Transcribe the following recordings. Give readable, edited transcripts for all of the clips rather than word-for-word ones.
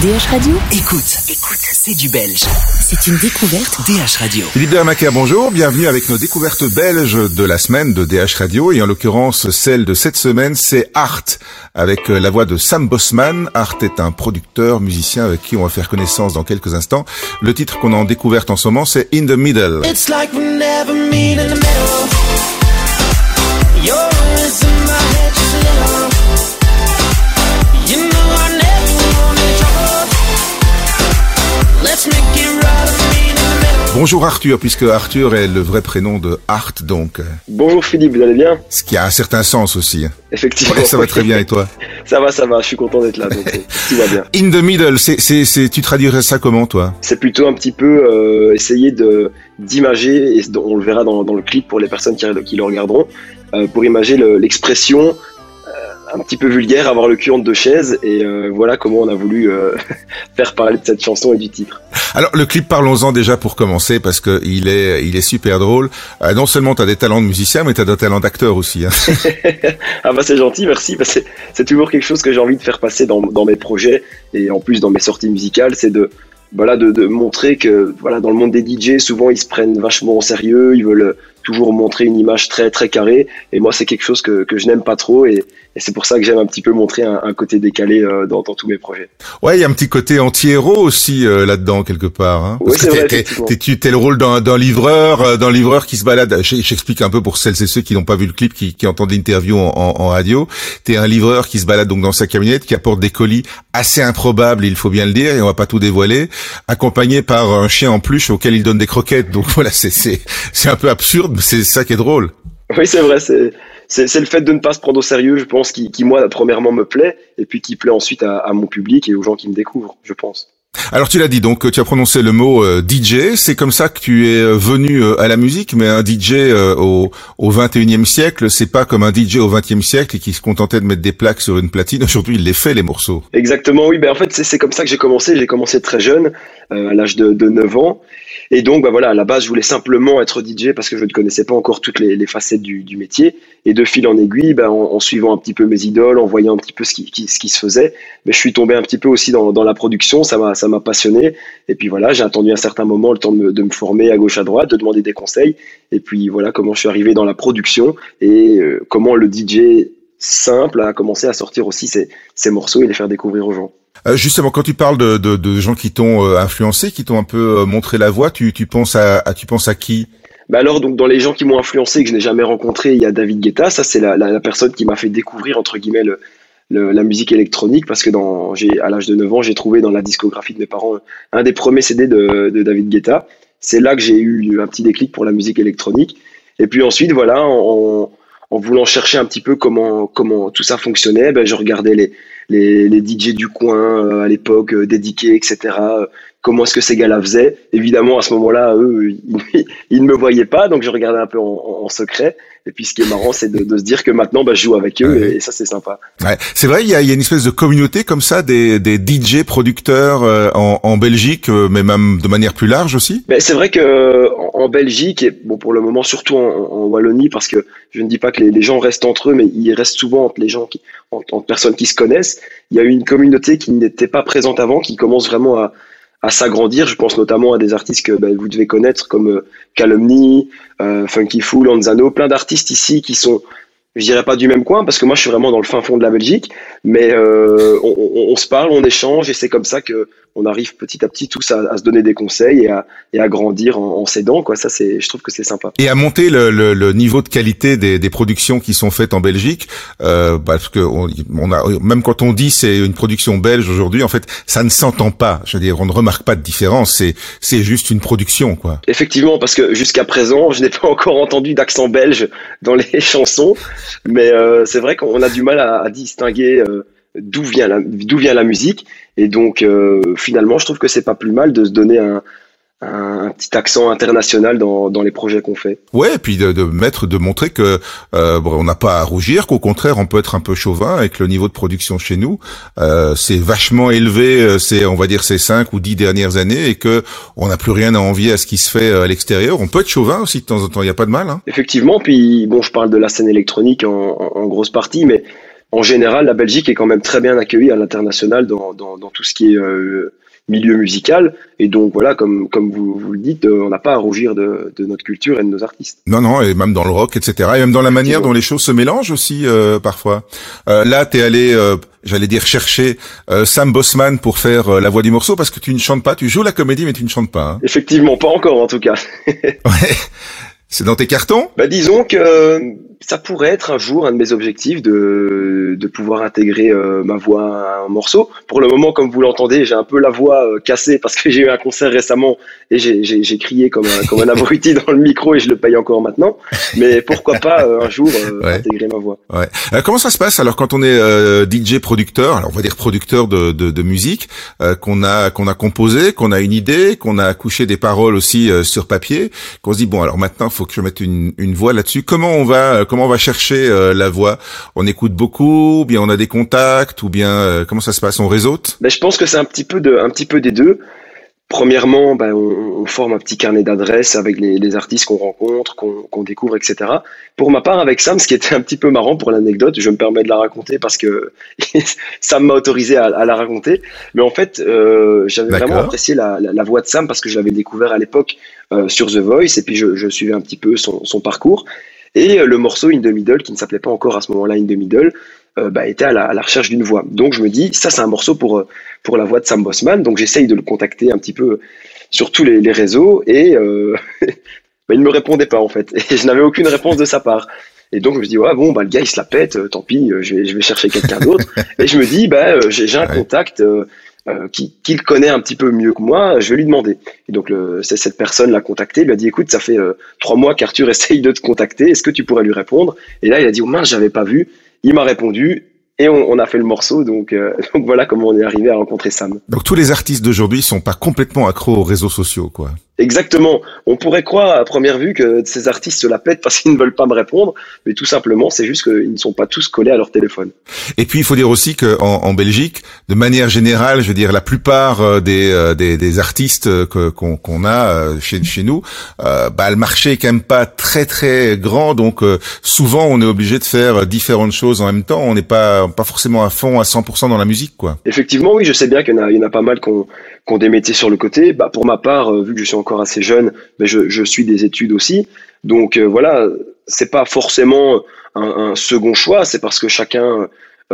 DH Radio. Écoute, c'est du belge. C'est une découverte DH Radio. Philippe Dermaker, bonjour. Bienvenue avec nos découvertes belges de la semaine de DH Radio. Et en l'occurrence, celle de cette semaine, c'est Art, avec la voix de Sam Bosman. Art est un producteur, musicien avec qui on va faire connaissance dans quelques instants. Le titre qu'on a en découverte en ce moment, c'est In the Middle. It's like we never meet in the middle. Your words in my head just a little. You know I never wanted trouble. Let's make it right and meet in the middle. Bonjour Arthur, puisque Arthur est le vrai prénom de Art, donc. Bonjour Philippe, vous allez bien? Ce qui a un certain sens aussi. Effectivement. Ouais, ça va très bien, et toi? Ça va, je suis content d'être là, donc tout va bien. In the Middle, tu traduirais ça comment, toi? C'est plutôt un petit peu essayer d'imager, et on le verra dans le clip pour les personnes qui le regarderont, pour imager l'expression un petit peu vulgaire, avoir le cul entre deux chaises, et voilà comment on a voulu faire parler de cette chanson et du titre. Alors le clip, parlons-en déjà pour commencer, parce que il est super drôle. Non seulement t'as des talents de musicien, mais t'as des talents d'acteur aussi. Hein. Ah bah c'est gentil, merci. Bah, c'est toujours quelque chose que j'ai envie de faire passer dans mes projets, et en plus dans mes sorties musicales, c'est de montrer que voilà, dans le monde des DJ, souvent ils se prennent vachement au sérieux, ils veulent toujours montrer une image très très carrée, et moi c'est quelque chose que je n'aime pas trop, et c'est pour ça que j'aime un petit peu montrer un côté décalé dans tous mes projets. Ouais, il y a un petit côté anti-héros aussi là-dedans quelque part. Hein, oui, parce que t'es le rôle d'un livreur qui se balade. J'explique un peu pour celles et ceux qui n'ont pas vu le clip, qui entendent l'interview en radio. T'es un livreur qui se balade donc dans sa camionnette, qui apporte des colis assez improbables, il faut bien le dire, et on va pas tout dévoiler, accompagné par un chien en peluche auquel il donne des croquettes. Donc voilà, c'est un peu absurde, mais c'est ça qui est drôle. Oui, c'est vrai, c'est le fait de ne pas se prendre au sérieux, je pense, qui moi, premièrement, me plaît, et puis qui plaît ensuite à mon public et aux gens qui me découvrent, je pense. Alors tu l'as dit, donc tu as prononcé le mot DJ, c'est comme ça que tu es venu à la musique, mais un DJ au 21e siècle, c'est pas comme un DJ au 20e siècle et qui se contentait de mettre des plaques sur une platine. Aujourd'hui, il les fait, les morceaux. Exactement, oui, en fait, c'est comme ça que j'ai commencé très jeune, à l'âge de 9 ans. Et donc, voilà, à la base, je voulais simplement être DJ parce que je ne connaissais pas encore toutes les facettes du métier. Et de fil en aiguille, en suivant un petit peu mes idoles, en voyant un petit peu ce qui se faisait, je suis tombé un petit peu aussi dans la production. Ça m'a passionné. Et puis voilà, j'ai attendu un certain moment, le temps de me former à gauche à droite, de demander des conseils. Et puis voilà comment je suis arrivé dans la production et comment le DJ simple a commencé à sortir aussi ses morceaux et les faire découvrir aux gens. Justement, quand tu parles de gens qui t'ont influencé, qui t'ont un peu montré la voie, tu penses à qui? Alors, donc, dans les gens qui m'ont influencé et que je n'ai jamais rencontré, il y a David Guetta. Ça, c'est la personne qui m'a fait découvrir, entre guillemets, la musique électronique, parce que à l'âge de 9 ans, j'ai trouvé dans la discographie de mes parents un des premiers CD de David Guetta. C'est là que j'ai eu un petit déclic pour la musique électronique. Et puis ensuite, voilà, en voulant chercher un petit peu comment tout ça fonctionnait, je regardais les DJ du coin à l'époque, dédiqués, etc. Comment est-ce que ces gars-là faisaient? Évidemment, à ce moment-là, eux, ils ne me voyaient pas, donc je regardais un peu en secret. Et puis, ce qui est marrant, c'est de se dire que maintenant, je joue avec eux, et ça, c'est sympa. Ouais. C'est vrai, il y a une espèce de communauté comme ça, des DJ producteurs en Belgique, mais même de manière plus large aussi. C'est vrai que en Belgique, et bon, pour le moment, surtout en Wallonie, parce que je ne dis pas que les gens restent entre eux, mais ils restent souvent entre les gens entre personnes qui se connaissent. Il y a eu une communauté qui n'était pas présente avant, qui commence vraiment à s'agrandir. Je pense notamment à des artistes que vous devez connaître comme Calumny, Funky Fool, Anzano, plein d'artistes ici qui sont, je dirais pas du même coin, parce que moi je suis vraiment dans le fin fond de la Belgique, mais on se parle, on échange, et c'est comme ça que on arrive petit à petit tous à se donner des conseils et à grandir en s'aidant, quoi. Ça, je trouve que c'est sympa. Et à monter le niveau de qualité des productions qui sont faites en Belgique, parce que on a, même quand on dit c'est une production belge aujourd'hui, en fait, ça ne s'entend pas. Je veux dire, on ne remarque pas de différence. C'est juste une production, quoi. Effectivement, parce que jusqu'à présent, je n'ai pas encore entendu d'accent belge dans les chansons, mais c'est vrai qu'on a du mal à distinguer d'où vient la musique, et donc finalement je trouve que c'est pas plus mal de se donner un petit accent international dans les projets qu'on fait. Ouais, et puis de montrer que on n'a pas à rougir, qu'au contraire on peut être un peu chauvin avec le niveau de production chez nous. C'est vachement élevé, on va dire ces 5 ou 10 dernières années, et que on n'a plus rien à envier à ce qui se fait à l'extérieur. On peut être chauvin aussi de temps en temps, il y a pas de mal. Hein. Effectivement, puis bon, je parle de la scène électronique en grosse partie, mais en général, la Belgique est quand même très bien accueillie à l'international dans tout ce qui est milieu musical. Et donc voilà, comme vous le dites, on n'a pas à rougir de notre culture et de nos artistes. Non, non, et même dans le rock, etc. Et même dans la manière dont les choses se mélangent aussi parfois. Là, t'es allé, j'allais dire chercher Sam Bosman pour faire la voix du morceau, parce que tu ne chantes pas, tu joues la comédie mais tu ne chantes pas. Hein. Effectivement, pas encore en tout cas. Ouais. C'est dans tes cartons ? Bah disons que ça pourrait être un jour un de mes objectifs de pouvoir intégrer ma voix à un morceau. Pour le moment, comme vous l'entendez, j'ai un peu la voix cassée parce que j'ai eu un concert récemment et j'ai crié comme un abruti dans le micro et je le paye encore maintenant. Mais pourquoi pas un jour intégrer ma voix. Ouais. Comment ça se passe alors quand on est DJ producteur, alors on va dire producteur de musique, qu'on a composé, qu'on a une idée, qu'on a couché des paroles aussi sur papier, qu'on se dit bon alors maintenant faut que je mette une voix là-dessus. Comment on va chercher la voix? On écoute beaucoup, ou bien on a des contacts, ou bien comment ça se passe? On réseaute? Ben, je pense que c'est un petit peu des deux. Premièrement, ben, on forme un petit carnet d'adresses avec les artistes qu'on rencontre, qu'on découvre, etc. Pour ma part, avec Sam, ce qui était un petit peu marrant pour l'anecdote, je me permets de la raconter parce que Sam m'a autorisé à la raconter. Mais en fait, j'avais vraiment apprécié la voix de Sam parce que je l'avais découvert à l'époque sur The Voice et puis je suivais un petit peu son parcours. Et le morceau In the Middle, qui ne s'appelait pas encore à ce moment-là In the Middle, était à la recherche d'une voix. Donc je me dis, ça c'est un morceau pour la voix de Sam Bosman. Donc j'essaye de le contacter un petit peu sur tous les réseaux et il ne me répondait pas en fait. Et je n'avais aucune réponse de sa part. Et donc je me dis, ouais bon, le gars il se la pète, tant pis, je vais chercher quelqu'un d'autre. Et je me dis, j'ai un contact qui le connaît un petit peu mieux que moi, je vais lui demander. Et donc cette personne l'a contacté, il lui a dit écoute, ça fait 3 mois qu'Arthur essaye de te contacter, est-ce que tu pourrais lui répondre? Et là il a dit oh mince, j'avais pas vu, il m'a répondu et on a fait le morceau, donc voilà comment on est arrivé à rencontrer Sam. Donc tous les artistes d'aujourd'hui sont pas complètement accros aux réseaux sociaux, quoi. Exactement. On pourrait croire à première vue que ces artistes se la pètent parce qu'ils ne veulent pas me répondre, mais tout simplement, c'est juste qu'ils ne sont pas tous collés à leur téléphone. Et puis, il faut dire aussi qu'en Belgique, de manière générale, je veux dire, la plupart des artistes qu'on a chez nous, le marché est quand même pas très très grand, donc souvent on est obligé de faire différentes choses en même temps. On n'est pas forcément à fond à 100% dans la musique, quoi. Effectivement, oui, je sais bien qu'il y en a pas mal qui ont des métiers sur le côté. Pour ma part, vu que je suis encore assez jeune, je suis des études aussi. Donc voilà, c'est pas forcément un second choix, c'est parce que chacun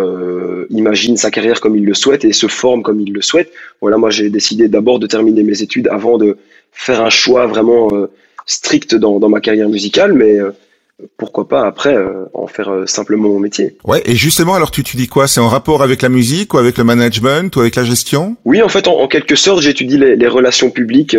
imagine sa carrière comme il le souhaite et se forme comme il le souhaite. Voilà, moi j'ai décidé d'abord de terminer mes études avant de faire un choix vraiment strict dans ma carrière musicale, mais pourquoi pas après en faire simplement mon métier. Ouais, et justement, alors tu dis quoi? C'est en rapport avec la musique ou avec le management ou avec la gestion? Oui, en fait, en quelque sorte, j'étudie les relations publiques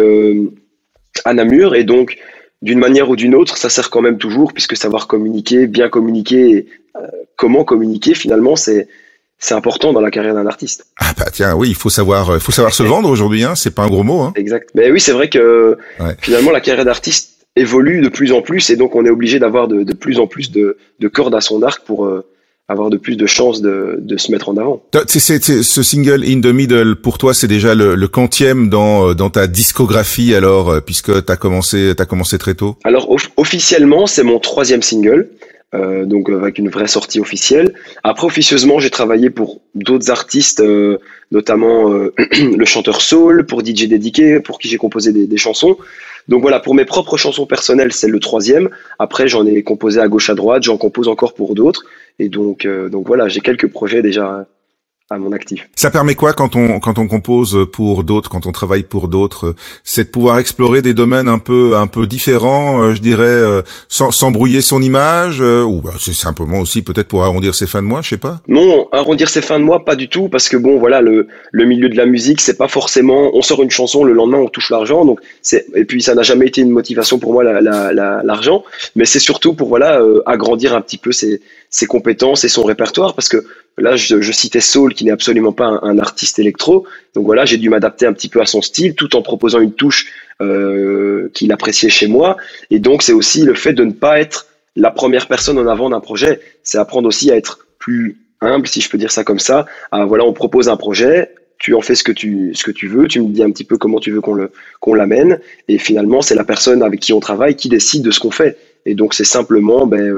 à Namur et donc d'une manière ou d'une autre, ça sert quand même toujours puisque savoir communiquer, bien communiquer, et, comment communiquer finalement, c'est important dans la carrière d'un artiste. Ah tiens, oui, il faut savoir se vendre aujourd'hui, hein. C'est pas un gros mot, hein. Exact. Mais oui, c'est vrai que finalement la carrière d'artiste évolue de plus en plus et donc on est obligé d'avoir de plus en plus de cordes à son arc pour avoir de plus de chances de se mettre en avant. Ce single In the Middle, pour toi, c'est déjà le quantième dans ta discographie alors, puisque t'as commencé très tôt? Alors officiellement, c'est mon 3e single. Donc avec une vraie sortie officielle. Après, officieusement, j'ai travaillé pour d'autres artistes, notamment le chanteur Soul, pour DJ Dédiqué, pour qui j'ai composé des chansons. Donc voilà, pour mes propres chansons personnelles, c'est le 3e. Après, j'en ai composé à gauche à droite, j'en compose encore pour d'autres. Et donc voilà, j'ai quelques projets déjà à mon actif. Ça permet quoi quand on compose pour d'autres, quand on travaille pour d'autres? C'est de pouvoir explorer des domaines un peu différents, je dirais, sans brouiller son image, ou c'est simplement aussi peut-être pour arrondir ses fins de mois, je sais pas. Non, arrondir ses fins de mois, pas du tout, parce que bon, voilà, le milieu de la musique, c'est pas forcément, on sort une chanson, le lendemain on touche l'argent, donc et puis ça n'a jamais été une motivation pour moi l'argent, mais c'est surtout pour voilà agrandir un petit peu ses compétences et son répertoire, parce que là je citais Soul qui n'est absolument pas un artiste électro, donc voilà, j'ai dû m'adapter un petit peu à son style tout en proposant une touche qu'il appréciait chez moi, et donc c'est aussi le fait de ne pas être la première personne en avant d'un projet, c'est apprendre aussi à être plus humble, si je peux dire ça comme ça. Voilà, on propose un projet, tu en fais ce que tu veux, tu me dis un petit peu comment tu veux qu'on l'amène, et finalement c'est la personne avec qui on travaille qui décide de ce qu'on fait, et donc c'est simplement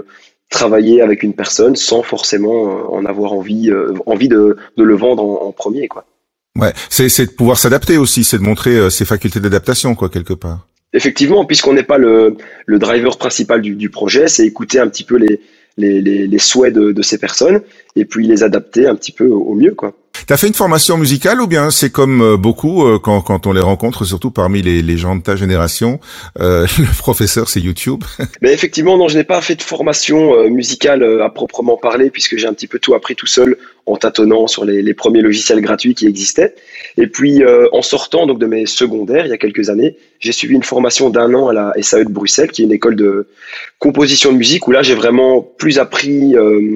travailler avec une personne sans forcément en avoir envie de le vendre en premier, quoi. Ouais, c'est de pouvoir s'adapter aussi, c'est de montrer ses facultés d'adaptation, quoi, quelque part. Effectivement, puisqu'on n'est pas le driver principal du projet, c'est écouter un petit peu les souhaits de ces personnes et puis les adapter un petit peu au mieux, quoi. T'as fait une formation musicale ou bien c'est comme beaucoup quand on les rencontre, surtout parmi les gens de ta génération, le professeur c'est YouTube? Mais effectivement, non, je n'ai pas fait de formation musicale à proprement parler, puisque j'ai un petit peu tout appris tout seul en tâtonnant sur les premiers logiciels gratuits qui existaient. Et puis en sortant donc de mes secondaires il y a quelques années, j'ai suivi une formation d'1 an à la SAE de Bruxelles, qui est une école de composition de musique, où là j'ai vraiment plus appris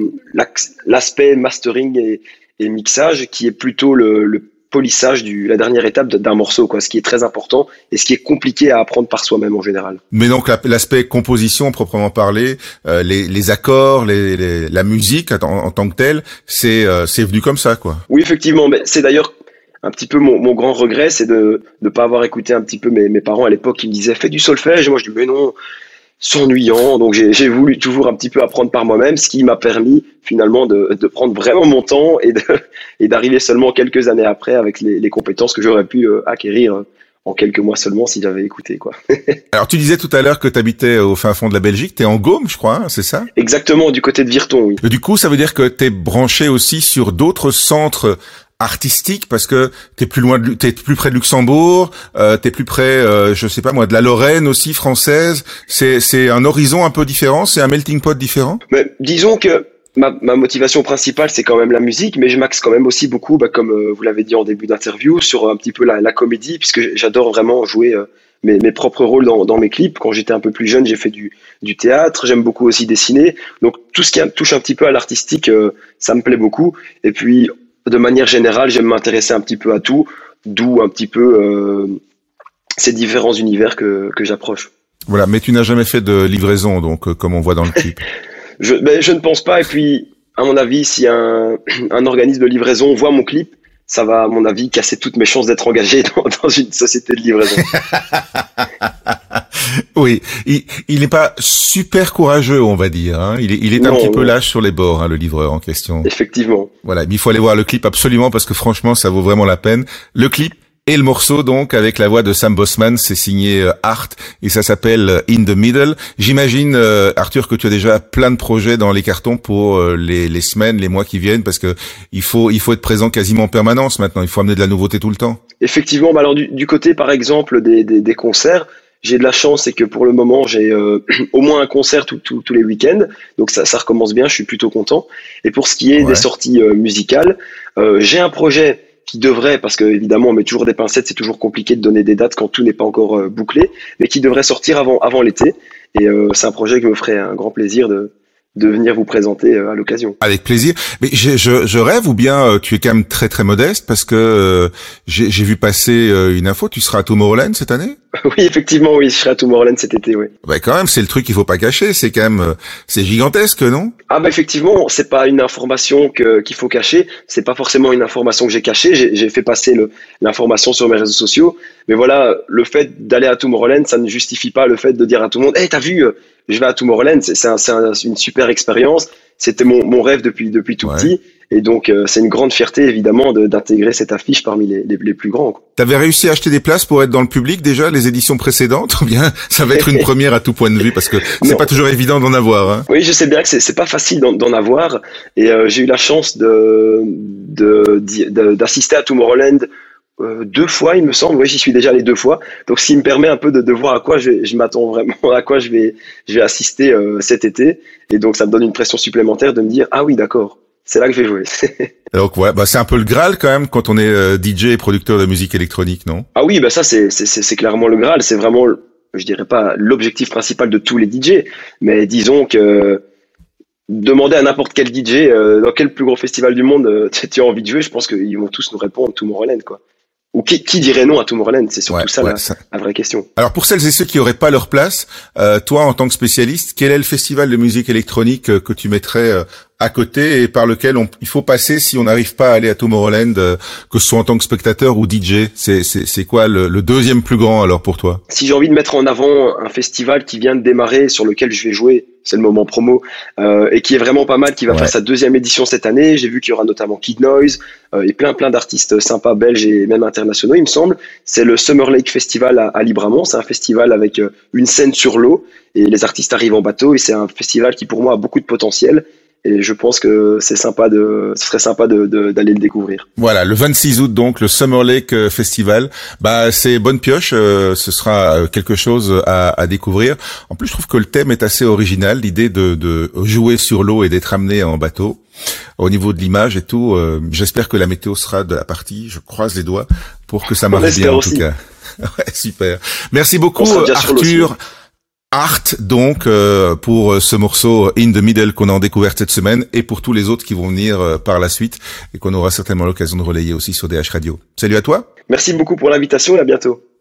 l'aspect mastering et mixage, qui est plutôt le polissage la dernière étape d'un morceau, quoi, ce qui est très important et ce qui est compliqué à apprendre par soi-même en général. Mais donc l'aspect composition proprement parlé, les accords, la musique en tant que telle, c'est venu comme ça, quoi. Oui, effectivement, mais c'est d'ailleurs un petit peu mon grand regret, c'est de ne pas avoir écouté un petit peu mes parents à l'époque qui me disaient fais du solfège, et moi je dis mais non, c'est ennuyant. Donc j'ai voulu toujours un petit peu apprendre par moi-même, ce qui m'a permis finalement de prendre vraiment mon temps et d'arriver seulement quelques années après avec les compétences que j'aurais pu acquérir en quelques mois seulement si j'avais écouté, quoi. Alors tu disais tout à l'heure que tu habitais au fin fond de la Belgique, t'es en Gaume, je crois, hein, c'est ça? Exactement, du côté de Virton, oui. Et du coup, ça veut dire que t'es branché aussi sur d'autres centres artistiques, parce que t'es plus près de Luxembourg, t'es plus près, je sais pas moi, de la Lorraine aussi, française. C'est un horizon un peu différent, c'est un melting pot différent. Mais disons que ma motivation principale, c'est quand même la musique, mais je m'axe quand même aussi beaucoup, comme vous l'avez dit en début d'interview, sur un petit peu la comédie, puisque j'adore vraiment jouer mes propres rôles dans mes clips. Quand j'étais un peu plus jeune, j'ai fait du théâtre, j'aime beaucoup aussi dessiner. Donc tout ce qui touche un petit peu à l'artistique, ça me plaît beaucoup. Et puis, de manière générale, j'aime m'intéresser un petit peu à tout, d'où un petit peu ces différents univers que j'approche. Voilà, mais tu n'as jamais fait de livraison, donc comme on voit dans le clip. Je ne pense pas. Et puis, à mon avis, si un organisme de livraison voit mon clip, ça va, à mon avis, casser toutes mes chances d'être engagé dans une société de livraison. Oui, il n'est pas super courageux, on va dire. Hein. Il est un petit peu lâche sur les bords, hein, le livreur en question. Effectivement. Voilà, mais il faut aller voir le clip absolument parce que franchement, ça vaut vraiment la peine. Le clip et le morceau, donc, avec la voix de Sam Bosman, c'est signé Art et ça s'appelle In the Middle. J'imagine, Arthur, que tu as déjà plein de projets dans les cartons pour les semaines, les mois qui viennent, parce que il faut être présent quasiment en permanence maintenant. Il faut amener de la nouveauté tout le temps. Effectivement, bah alors du côté, par exemple, des concerts, j'ai de la chance, c'est que pour le moment, j'ai au moins un concert tous les week-ends. Donc ça recommence bien, je suis plutôt content. Et pour ce qui est des sorties musicales, j'ai un projet qui devrait, parce que évidemment on met toujours des pincettes, c'est toujours compliqué de donner des dates quand tout n'est pas encore bouclé, mais qui devrait sortir avant l'été. Et c'est un projet qui me ferait un grand plaisir de venir vous présenter à l'occasion. Avec plaisir. Mais je rêve, ou bien tu es quand même très très modeste, parce que j'ai vu passer une info, tu seras à Tomorrowland cette année? Oui, effectivement, oui, je serai à Tomorrowland cet été, oui. Bah quand même, c'est le truc qu'il faut pas cacher, c'est quand même c'est gigantesque, non? Ah bah effectivement, c'est pas une information qu'il faut cacher, c'est pas forcément une information que j'ai cachée, j'ai fait passer l'information sur mes réseaux sociaux, mais voilà, le fait d'aller à Tomorrowland, ça ne justifie pas le fait de dire à tout le monde, hey, t'as vu, je vais à Tomorrowland, c'est une super expérience, c'était mon rêve depuis tout petit. Et donc, c'est une grande fierté, évidemment, d'intégrer cette affiche parmi les plus grands, quoi. T'avais réussi à acheter des places pour être dans le public déjà, les éditions précédentes, ou bien ça va être une première à tout point de vue, parce que c'est pas toujours évident d'en avoir, hein. Oui, je sais bien que c'est pas facile d'en avoir, et j'ai eu la chance d'assister à Tomorrowland 2 fois, il me semble. Oui, j'y suis déjà allé 2 fois. Donc, ce qui me permet un peu de voir à quoi je m'attends vraiment, à quoi je vais assister cet été. Et donc, ça me donne une pression supplémentaire de me dire, ah oui, d'accord. C'est là que je vais jouer. Donc ouais, bah c'est un peu le Graal quand même quand on est DJ et producteur de musique électronique, non? Ah oui, bah ça c'est clairement le Graal. C'est vraiment, je dirais pas l'objectif principal de tous les DJ, mais disons que demander à n'importe quel DJ dans quel plus gros festival du monde tu as envie de jouer, je pense qu'ils vont tous nous répondre Tomorrowland, quoi. Ou qui dirait non à Tomorrowland? C'est surtout la vraie question. Alors pour celles et ceux qui auraient pas leur place, toi en tant que spécialiste, quel est le festival de musique électronique que tu mettrais à côté et par lequel il faut passer si on n'arrive pas à aller à Tomorrowland, que ce soit en tant que spectateur ou DJ. C'est quoi le deuxième plus grand alors pour toi? Si j'ai envie de mettre en avant un festival qui vient de démarrer, sur lequel je vais jouer, c'est le moment promo, et qui est vraiment pas mal, qui va faire sa deuxième édition cette année. J'ai vu qu'il y aura notamment Kid Noise et plein d'artistes sympas belges et même internationaux, il me semble. C'est le Summer Lake Festival à Libramont. C'est un festival avec une scène sur l'eau et les artistes arrivent en bateau, et c'est un festival qui pour moi a beaucoup de potentiel. Et je pense que ce serait sympa d'aller le découvrir. Voilà, le 26 août donc, le Summer Lake Festival. Bah, c'est bonne pioche, ce sera quelque chose à découvrir. En plus, je trouve que le thème est assez original, l'idée de jouer sur l'eau et d'être amené en bateau. Au niveau de l'image et tout, j'espère que la météo sera de la partie, je croise les doigts pour que ça marche bien en tout cas. Ouais, super. Merci beaucoup Arthur Art, donc, pour ce morceau In the Middle qu'on a en découverte cette semaine, et pour tous les autres qui vont venir par la suite et qu'on aura certainement l'occasion de relayer aussi sur DH Radio. Salut à toi. Merci beaucoup pour l'invitation et à bientôt.